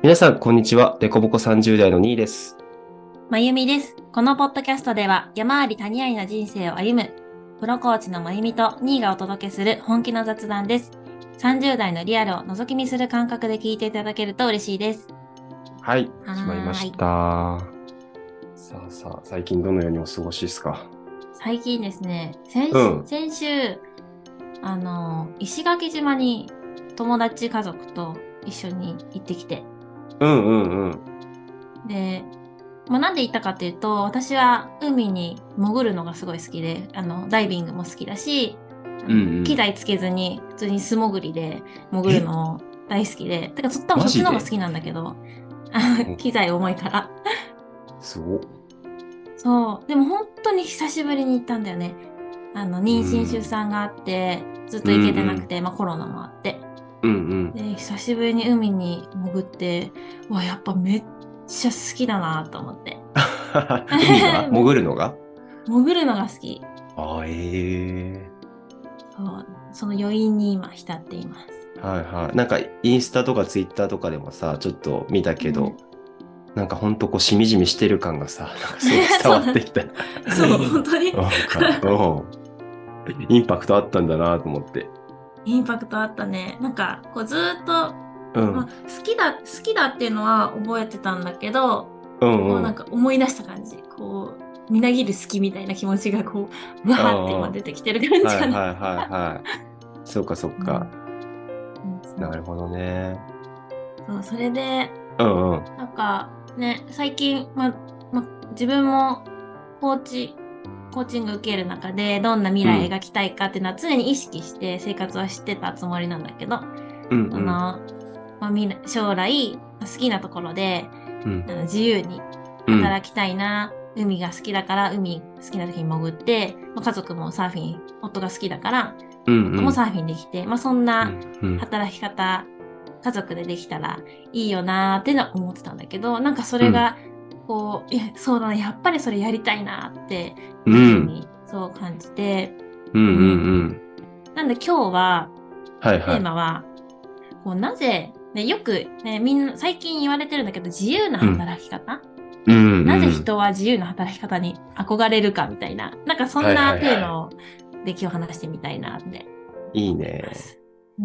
皆さん、こんにちは。デコボコ30代の2位です。 まゆみです。このポッドキャストでは山あり谷ありな人生を歩むプロコーチのまゆみとニーがお届けする本気の雑談です。30代のリアルを覗き見する感覚で聞いていただけると嬉しいです。 はい、始まりましはーい。 た。さあさあ、最近どのようにお過ごしですか？ 最近ですね、先、 うん、 先週、石垣島に友達家族と一緒に行ってきて、 うんうんうん。 で、なんで行ったかっていうと、私は海に潜るのがすごい好きで、ダイビングも好きだし、 うんう機ん。 材つけずに普通に素潜りで潜るえ、 のも大好きで、てか多分そっちマジで？ の方が好きなんだけど、 うん、 機材重いから。 すごっ。 そう。でも本当に久しぶりに行ったんだよね。 う妊娠出ん、 産があって、ずっうんと行けてうん、 なくて、コロナもあって。 うんうん。 で、久しぶりに海に潜って、やっぱめっちゃ好きだなと思って。 海が潜るのが？ 潜るのが好き。 あ、ええそう、その余韻に今浸っています。 はいはい。なんか、インスタとかツイッターとかでもさ、ちょっと見たうん。 けど、なんかほんとこう、しみじみしてる感がさ、なんかすごい伝そうだ。 わってきた。 そう、本当になんか、インパクトあったんだなと思って。 インパクトあったね。こうずーっと、 うん。 好きだっていうのは覚えてたんだけど、こううんうん。 思い出した感じ。こう、みなぎる好きみたいな気持ちがこう、わーって今あ出てきてる感あ、はいじかな。 はいはいはい。そうかそううん。 か。 そう。 なるほどね。 そう、それで、 うんうん。 最近、自分もコーチ、コーチング受ける中で、どんな未うん。 来描きたいかっていうのは常に意識して生活はしてたつもりなんだけど、 うんうそん。 の、将来好きなところでうん。 自由にうん。 働きたいな。海が好きだから海好きな時に潜って、家族もサーフィン、夫が好きだからうんうん。 夫もサーフィンできて、そんなうんうん。 働き方、家族でできたらいいよなーってのは思ってたんだけど、そうん。 れがこう、そうだね、やっぱりそれやりたいなってうん。 いうふうにそう感じて、 うんうんうん。 うん。 なんで今日ははいはい。 テーマはなぜ、ね、よく、ね、みんな最近言われてるんだけど、自由なうん。 働き方、 うんなぜうん。 人は自由な働き方に憧れるかみたいな、そんはいはないはい。 テーマをで今日話してみたいなっていい思ってまね。 す。うん。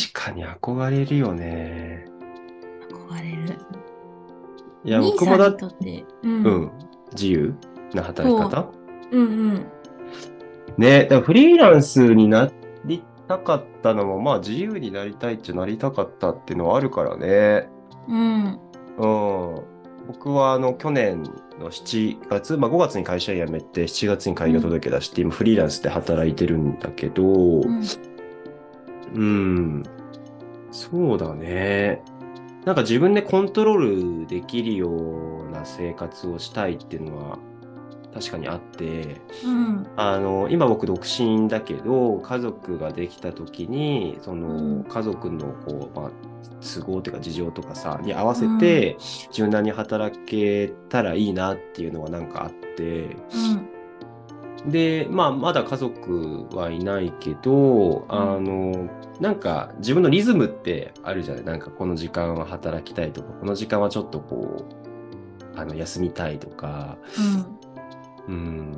確かに憧れるよね。 憧れる。 いや、 兄さんにとって、うん。 うん。自由な働きそう。 方うんうん。 ね、だからフリーランスになりたかったのも、まあ自由になりたいっちゃなりたかったっていうのはあるからね。 うん。 うん。僕は去年の7月、まあ5月に会社員辞めて7月に開業うん。 届出して、今フリーランスで働いてるんだけど、 うん。 うん、そうだね。なんか自分でコントロールできるような生活をしたいっていうのは確かにあって、 うん。 今僕独身だけど、家族ができた時に、そうん。 の家族の都合というか事情とかさ、に合わうん。 せて柔軟に働けたらいいなっていうのがなんかあって、 うん。 で、まあまだ家族はいないけど、 うん。 なんか自分のリズムってあるじゃない。なんかこの時間は働きたいとか、この時間はちょっとこう、休みたいとか、 うん。 うん。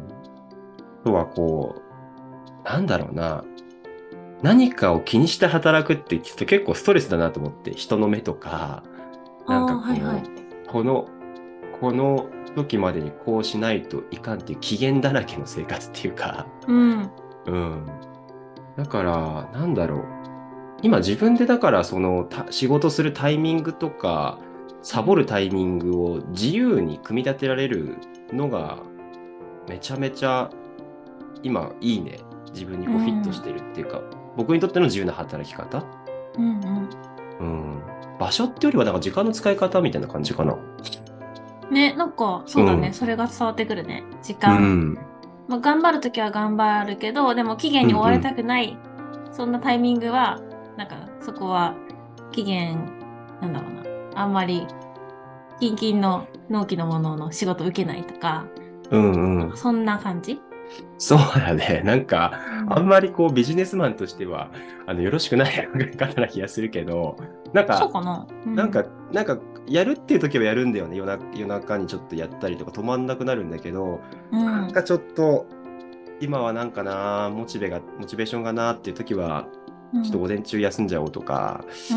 あとはこう、なんだろうな。何かを気にして働くって聞くと結構ストレスだなと思って、人の目とか、なんかああ、はいはい。 こう、この時までにこうしないといかんっていう機嫌だらけの生活っていうか、 うん。 うん。だから、なんだろう。今自分でだからその仕事するタイミングとか、サボるタイミングを自由に組み立てられるのがめちゃめちゃ今いいね。自分にうこうフィットしん。 てるっていうか、僕にとっての自由な働き方。 うん。うん。 うん。場所ってよりはなんか時間の使い方みたいな感じかな。 ね、そうだね。 うん。 それが伝わってくるね。時う間。 ん。 頑張るときは頑張るけど、でも期限に追われうんうん。 たくない。そんなタイミングは、そこは、期限、なんだろうな。あんまり、キンキンの納期のものの仕事受けないとか、 うんうん。 そんな感じ。 そうだね。なんか、あんうん、 まりこうビジネスマンとしては、よろしくない考え方な気がするけど、なんか、 そうかな。うん。 なんか、なんか、やるっていう時はやるんだよね。夜中にちょっとやったりとか止まんなくなるんだけど、 うん。 なんかちょっと、今はなんかな、モチベーションがなっていう時は、ちょっとうん。 午前中休んじゃおうとか、 うん。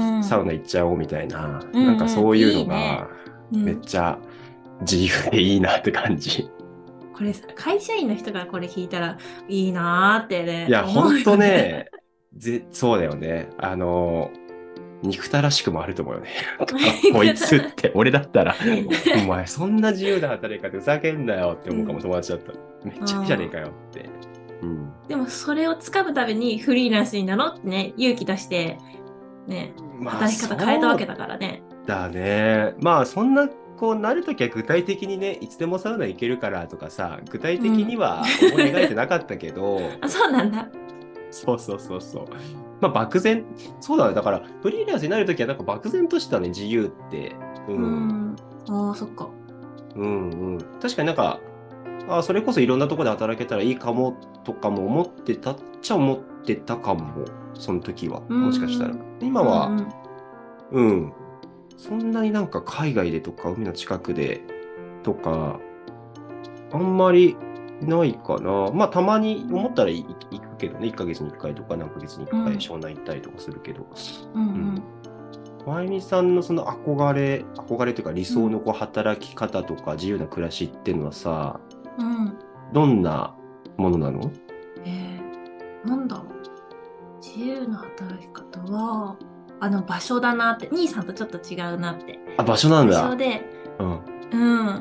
サウナ行っちゃおうみたいな、 うなんかんうん。 そういういいね。 のがうん。 めっちゃ自由でいいなって感じ。 これさ、会社員の人がこれ聞いたらいいなーってね、 いや、 思うほんとよね。 ね、そうだよね。憎たらしくもあると思うよね。なんかこいつって、俺だったら、お前そんな自由な働き方ふざけんなよって思うかも、 うん。 友達だったら。めっちゃいいじゃねえあーかよって。うん。 でもそれをつかむためにフリーランスになろうってね、勇気出して、ね、 まあ、 働き方変えたわけそうだからね。 だね。まあ、そんな、こうなるときは具体的にね、いつでもサウナ行けるからとかさ、具体的にうん。 は思い描いてなかったけど、 あ、そうなんだ。 そうそうそうそう。まあ、漠然、そうだね。だから、フリーランスになるときは、なんか漠然としたね、自由って、ううん、 ん。ああ、そっか。 うんうん。確かになんか、それこそいろんなところで働けたらいいかもとかも思ってたっちゃ思ってたかも。その時は。 うもしかしたら。 ん。 今は、 うんうん。 うん。そんなになんか海外でとか、海の近くでとか、あんまりないかな。まあ、たまに思ったら行くけどね。1ヶ月に1回とか何ヶ月に1回うん。 湘南行ったりとかするけど。 うんううん。 ん。 まゆみさんのその憧れというか理うん。 想のこう働き方とか自由な暮らしっていうのはさ、 うん。 どんなものなの？ なんだろう。自由な働き方は、場所だなって、兄さんとちょっと違うなって。 あ、場所なん場所だ。 で、 うん。 うん、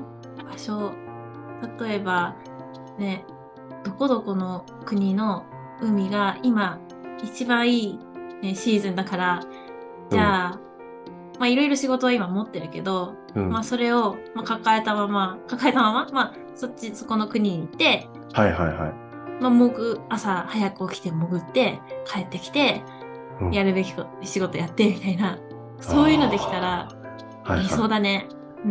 場所。例えば、ね、どこどこの国の海が今一番いい、ね、シーズンだから、 うん。 じゃあ、まあいろいろ仕事は今持ってるけど、まあうん。 それを、まあ、抱えたまま、まあそこの国に行って、 はいはいはい。 まあ朝早く起きて潜って帰ってきて、 うん。 やるべき仕事やってみたいな、そういうのできたらああ。はい理はい。 想だね。うん。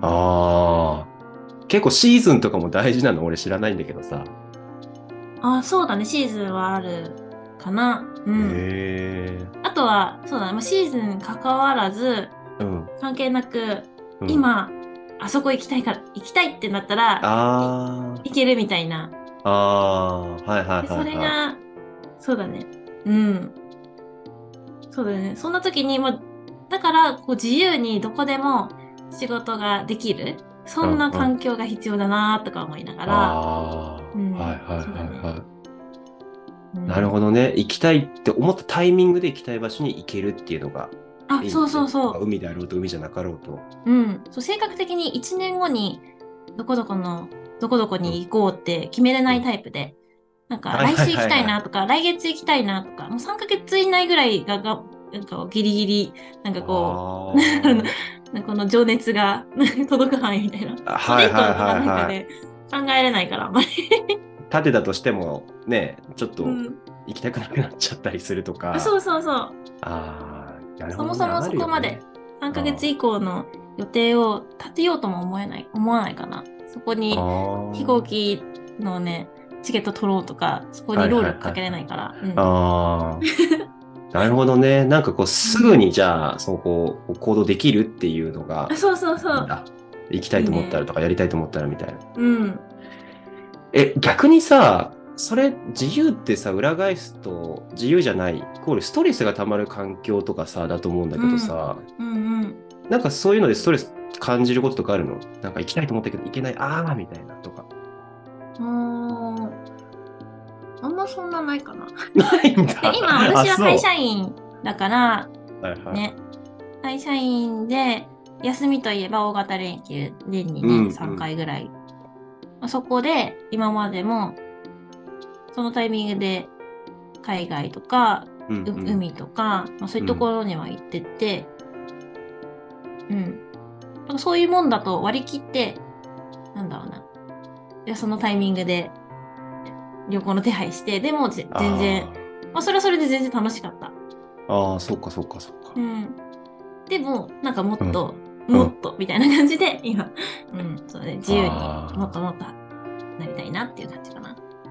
ああ。結構シーズンとかも大事なの俺知らないんだけどさ。 あ、そうだね。シーズンはあるかな。うへん。 え。 あとは、そうだね。まあ、シーズンに関わらず、 うん。 関係なく、 うん。 今、あそこ行きたいから、行きたいってなったら、 あ行けるみたいな。 あ。ああ。はいはいで、そはいはい。 れが、そうだね。うん。そうだね。そんな時に、まあ、だから、こう自由にどこでも仕事ができる。そんなうんうん。 環境が必要だなとか思いながら、 ああ。はいうん。 はいそうだね。 はいはい。なるうん。 ほどね。行きたいって思ったタイミングで行きたい場所に行けるっていうのがあ、そうそういいんだね。まあ、 そう。 海であろうと海じゃなかろうと。 うん。そう、性格的に1年後にどこどこの、どこどこうん。 に行こうって決めれないうん。 タイプで、なんかはいはい来週行きはいはい。 たいなとか、来月行きたいなとか、もう3ヶ月以内ぐらいなんかギリギリ、なんかこう、 あなんかこの情熱が届く範囲みたいな。 あ。 それ以降はいはいとかなんかはいはい。 ね、考えれないから、あんまり。 立てたとしてもね、ちょっとうん。 行きたくなくなっちゃったりするとか。 そうそうそう。 ああ、なるほどね。 そもそもあそこまでるよね。 3ヶ月あ以降の予定を立てようとも思わないかな。そこあ。 に飛行あ機のね、チケット取ろうとか、そこあ。はいに労はいはいはい。 力かけれないから。うん。 ああ。なるほどね。なんかこう、すぐうん。 にじゃあ、そうこう、行動できるっていうのがあ、そうそうそう。 いいんだ。行きたいと思ったいいね。 らとか、やりたいと思ったらみたいな。 うん。 逆にさ、それ、自由ってさ、裏返すと、自由じゃない、イコールストレスが溜まる環境とかさ、だと思うんだけどうん。 さ、 うんうん。 なんかそういうのでストレス感じることとかあるの？なんか行きたいと思ったけど行けない、ああ、みたいなとか。 もう、あんまそんなないかな。 ないんで、 だ。 今あ、 私は会社そ員だから、 う。はいはい。 ね、会社員で、休みといえば大型連休、年にうね、3 んうん。 回ぐらい。そこで、今までも、そのタイミングで海外とか、 うんうん。 海とか、まあ、そういうとこうん。 ろには行ってて、うん。なんかそういうもんだと割り切って、なんだろうな。で、そのタイミングで旅行の手配して、でも全然、 あまあそれはそれで全然楽しかった。 あ。ああ、そっかそっかそっか。 うん。でも、なんかもうん。 っと、 うん。 もっと、みたいな感じで、今、うん、そうね、自由にもっとあもっとなりたいなっていう感じかな。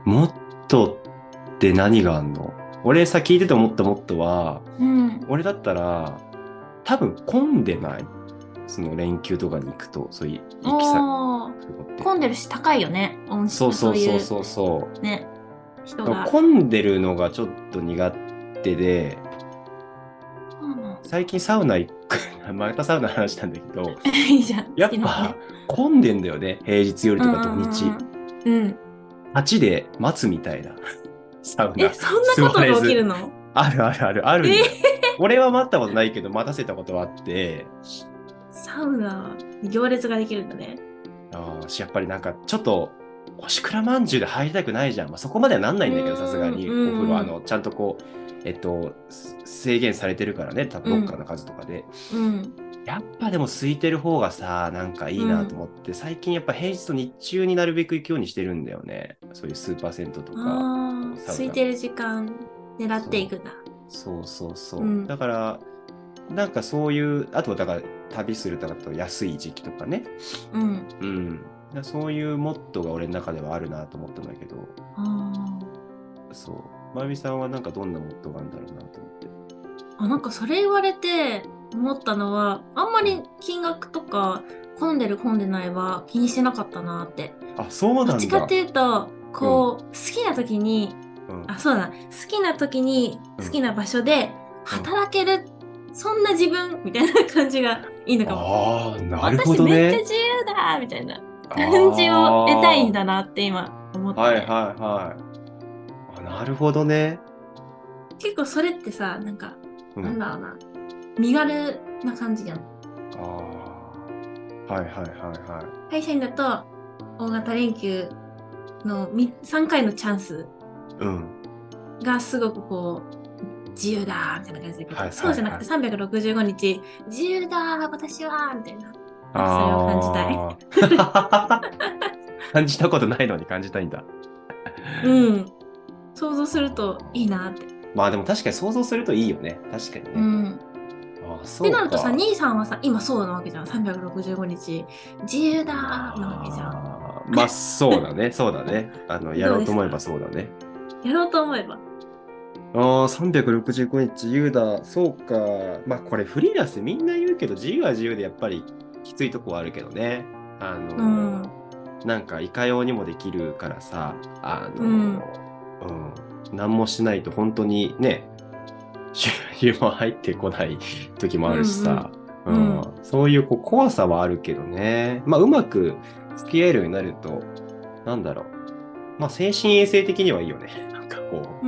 もっとって何があんの？俺さ、聞いてて思ったもっとは、 うん。 俺だったら、多分混んでない？その連休とかに行くと、そういう行き先おー、 とかって。 混んでるし高いよね。 そうそうそういうそうそうそね、人う。 が。 混んでるのがちょっと苦手で、 そうなんだ。 最近サウナ行く、またサウナの話なんだけど、 いいじゃん、好やっぱきなのね。 混んでんだよね。平日夜とか土うんうん日。 うんうん。うん。 街で待つみたいな。サウえ、 ナそんなことが起き座れず。 るの？ あるあるある、あるんだよ。 え俺は待ったことないけど、待たせたことはあって、 サウナ、行列ができるんだね。 やっぱりなんかちょっと、おしくらまんじゅうで入りたくないじゃん。まあ、そこまではなんなういんだけど、さすがーん、 に、お風呂、 うん、 ちゃんとこう、制限されてるからね、多分うん、 ロッカーの数とかで。 うん、 やっぱでも空いてる方がさ、なんかいいなとうん。 思って、最近やっぱ平日と日中になるべく行くようにしてるんだよね。そういうスーパー銭湯とか、 ああ、 サウナ。 空いてる時間狙っていそう、 くんだ。 そうそうそう。 うん、 だから、なんかそういう、あとはだから旅するとかと安い時期とかね。 うん。 うん。そういうモットーが俺の中ではあるなと思ったんだけど、 あそう。まゆみさんはなんかどんなモットーがあるんだろうなと思って。 あ、なんかそれ言われて思ったのは、あんまり金額とか混んでる混んでないは気にしてなかったなって。 あ、そうどっなんだ。 ちかっていうと、 うん。 こう、好きな時に、 うん。 あ、そうだな、好きな時にうん。 好きな場所でうん。 働ける、そんな自分みたいな感じがいいのかも。 ああ、なるほ私どね。 めっちゃ自由だみたいな感じを得たいんあだなって今思っあ、はいて。 はいはい。なるほどね。 結構それってさ、なんか、 うん。 なんだろうな、身軽な感じじゃん。 ああ、はいはいはいはい。 会社員だと、大型連休の3回のチャンスうん。 がすごくこう、自由だみたいな感じだけど、 はいそうじゃなくてはいはい。 365日、自由だ私はみたいな。なんかそれを感じたい。 ああ。感じたことないのに感じたいんだ。 うん。想像するといいなって。 まあでも確かに想像するといいよね。確かにね。 うん。 ああ、 ってなるとさ、 そうか。 兄さんはさ、今そうなわけじゃん。365日、自由だなわけじゃん。 まあそうだね。そうだね。やろうと思えばどうですか？ そうだね。 やろうと思えば。 ああ、365日自由だ。そうか。まあこれフリーランスみんな言うけど、自由は自由でやっぱりきついとこはあるけどね。 うん。 なんかいかようにもできるからさ、 うん。 何もしないと本当にね、収入も入ってこない時もあるしうん。 さ、 うん。 そういうこう怖さはあるけどね。まあうまく付き合えるようになると、なんだろう。まあ精神衛生的にはいいよね。なんかこう。 うん。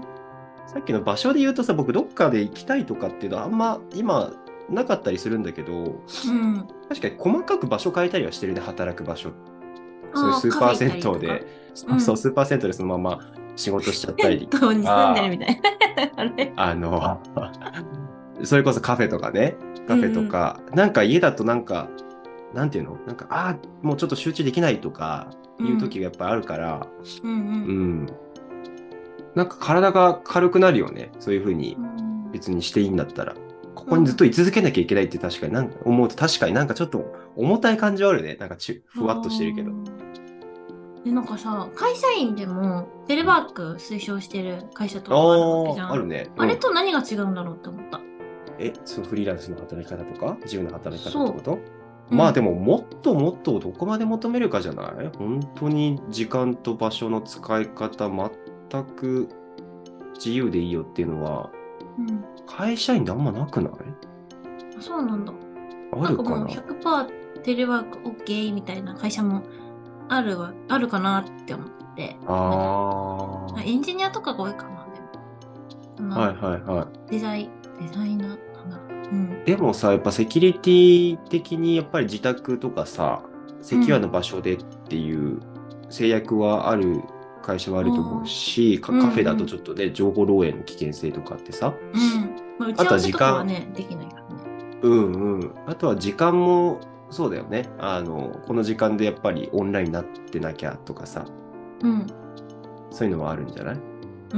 さっきの場所で言うとさ、僕どっかで行きたいとかっていうのはあんま今なかったりするんだけど、 うん。 確かに細かく場所変えたりはしてるね、働く場所。そういうああ、 スーパーカフェ行ったりとか。 銭湯で、そうそう、 うん。 スーパー銭湯でそのまま仕事しちゃったり銭湯に住んでるあみたいな。あれ。 それこそカフェとかね、カフェとうんうん。 か、なんか家だとなんか、なんていうのなんか、もうちょっと集中できないとかいう時うん。 がやっぱあるから、 うんうん。なんか体が軽くなるよね。そういうふうにうん。 別にしていいんだったら。ここにずっとうん。 居続けなきゃいけないって確かになんか思うと確かになんかちょっと重たい感じはあるね。なんかあふわっとしてるけど。 あ。で、なんかさ、会社員でもテレうん。 ワーク推奨してる会社とあかあるわけじゃあ、あん。 るね。 あれうん。 と何が違うんだろうって思った。 そのフリーランスの働き方とか、自由な働き方ってそこと？ う。うん。 まあでも、もっともっとどこまで求めるかじゃない？本当に時間と場所の使い方、全く自由でいいよっていうのは、 うん。 会社員であんまなくない？ あ、そうなんだ。 あなんかもうるかな？ 100%テレワーク OK みたいな会社もあるかなって思って。 あなんか、 あ、 エンジニアとかが多いかな、でも。そはいの、 はいはい。 デザイナー、なんだろう。うん。 でもさ、やっぱセキュリティ的にやっぱり自宅とかさ、セキュアうん。 な場所でっていう制約はある会社はあると思うああ。 し、 うんカフェだうん。 とちょっとね、情報漏洩の危険性とかってさ、 うん。まあ、打あとはち合わせ時間、 とかはね、できないからね。 うんうん。あとは時間もそうだよね。この時間でやっぱりオンラインになってなきゃとかさ、 うん。 そういうのはあるんじゃない？ うん。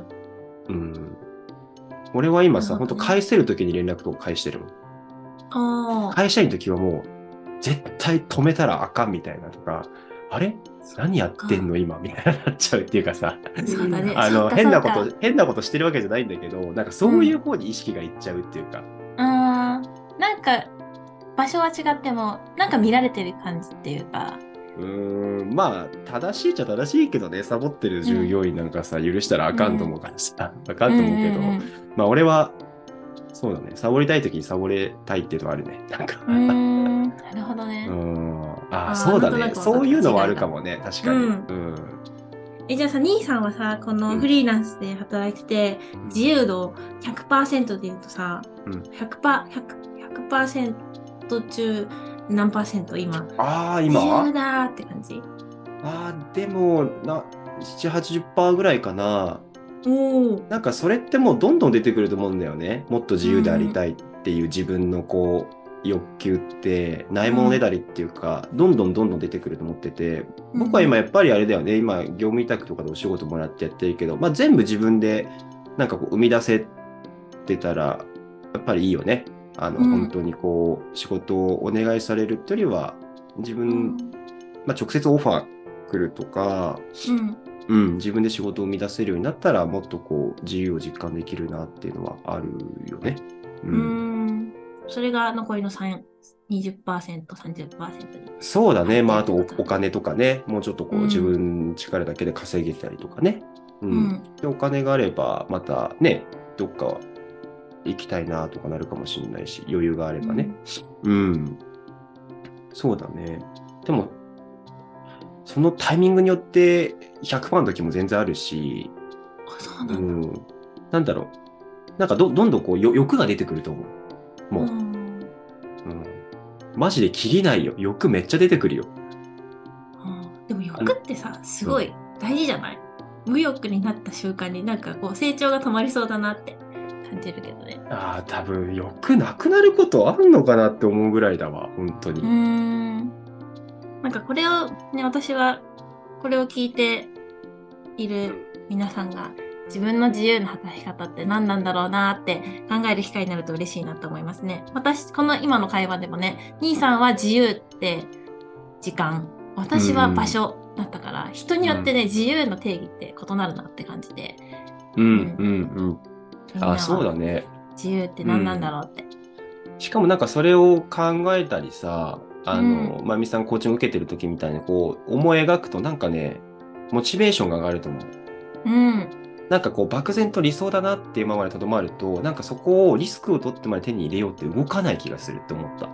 うん。俺は今なるさ、 ほどね。 本当返せるときに連絡とか返してるもん。 ああ。 会社員の時はもう、絶対止めたらあかんみたいなとか、あれ何やってんの今みたいになっちゃうっていうかさ、 そうだね。そっか変なこそっか。 と変なことしてるわけじゃないんだけど、なんかそういう方に意識がいっちゃうっていうか、 なんか場所は違っても、なんか見られてる感じっていうか。 まあ正しいっちゃ正しいけどね、サボってる従業員なんかさ、許したらあかんと思うからさ、あかんと思うけど、まあ俺はそうだね、サボりたい時にサボれたいっていうのはあるね。なんかなるほどね。 そうだね。 なんとなく分かそういうのはあるった違いが。 かもね。確かに。 じゃあさ、兄さんはさ、このフリーランスで働いてて、自由度100%で言うとさ、100%中何パーセント今。 今自由だーって感じ？ でも、7、80%ぐらいかな。 おー。 なんかそれってもうどんどん出てくると思うんだよね。もっと自由でありたいっていう自分のこう欲求ってないものねだりっていうか、どんどん出てくると思ってて、僕は今やっぱりあれだよね。今業務委託とかでお仕事もらってやってるけど、まあ全部自分でなんかこう生み出せてたらやっぱりいいよね。本当にこう仕事をお願いされるってよりは自分、直接オファー来るとか、自分で仕事を生み出せるようになったらもっとこう自由を実感できるなっていうのはあるよね。 それが残りの20%、30%に。 そうだね。まああとお金とかね、もうちょっとこう自分力だけで稼げたりとかね。でお金があればまたね、どっか行きたいなとかなるかもしれないし、余裕があればね。そうだね。でもそのタイミングによって100%の時も全然あるし、なんだろう。なんかどんどんこう欲が出てくると思う。もう。マジでキリないよ。欲めっちゃ出てくるよ。 でも欲ってさ、すごい大事じゃない？無欲になった瞬間になんかこう成長が止まりそうだなって感じるけどね。 多分欲なくなることあんのかなって思うぐらいだわ。本当に。 なんかこれをね、私はこれを聞いている皆さんが自分の自由な働き方って何なんだろうなって考える機会になると嬉しいなと思いますね。この今の会話でもね、兄さんは自由って時間、私は場所だったから、人によってね、自由の定義って異なるなって感じで。 そうだね。 自由って何なんだろうって。 しかもなんかそれを考えたりさ、まみさんコーチング受けてる時みたいにこう思い描くとなんかね、モチベーションが上がると思う。なんかこう漠然と理想だなって今までとどまると、なんかそこをリスクを取ってまで手に入れようって動かない気がするって思った。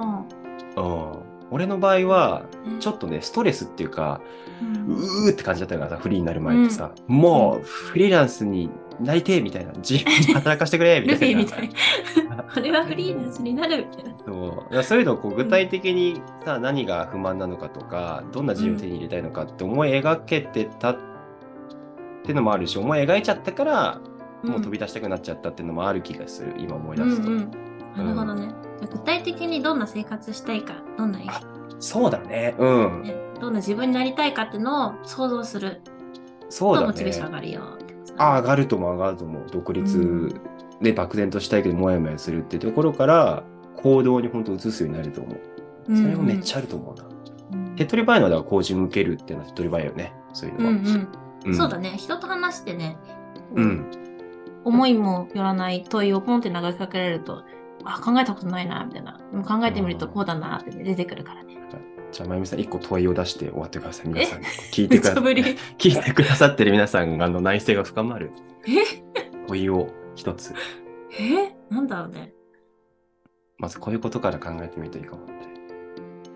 俺の場合は、ちょっとね、ストレスっていうか、うーって感じだったからさ、フリーになる前ってさ、もうフリーランスになりてえみたいな、自由に働かせてくれみたいな。 ルフィみたいな。これはフリーランスになるみたいな。 そういうのをこう具体的にさ、何が不満なのかとか、どんな自由を手に入れたいのかって思い描けてたっていうのもあるし、思い描いちゃったから、もう飛び出したくなっちゃったっていうのもある気がする、今思い出すと。 なるほどね。具体的にどんな生活したいか、どんなそうだね。 どんな自分になりたいかっていうのを想像する。 そうだね。 モチベーション上がるよ。 上がるとも上がると思う。独立で漠然としたいけどもやもやするっていうところから行動に本当移すようになると思う。それもめっちゃあると思うな。手っ取り早いのはだからコーチング受けるっていうのは手っ取り早いよね。そういうのは。 そうだね。人と話してね、思いもよらない問いをポンって投げかけられると、考えたことないな、みたいな。考えてみるとこうだなって、出てくるからね。 じゃあ、まゆみさん、一個問いを出して終わってください。皆さん、聞いてくださってる皆さんが内省が深まる問いを一つ。 なんだろうね。 まずこういうことから考えてみるといいかもって。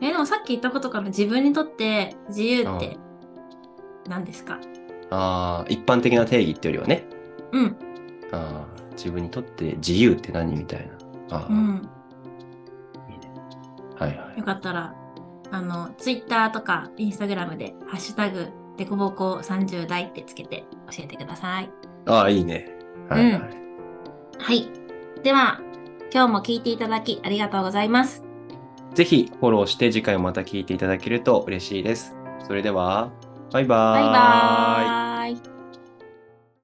でもさっき言ったことから自分にとって自由って何ですか？ 一般的な定義ってよりはね。自分にとって自由って何みたいな。いいね。 よかったら、ツイッターとかインスタグラムでハッシュタグデコボコ30代ってつけて教えてください。 いいね。 はい。では、今日も聞いていただきありがとうございます。 ぜひフォローして次回もまた聞いていただけると嬉しいです。それでは、バイバーイ。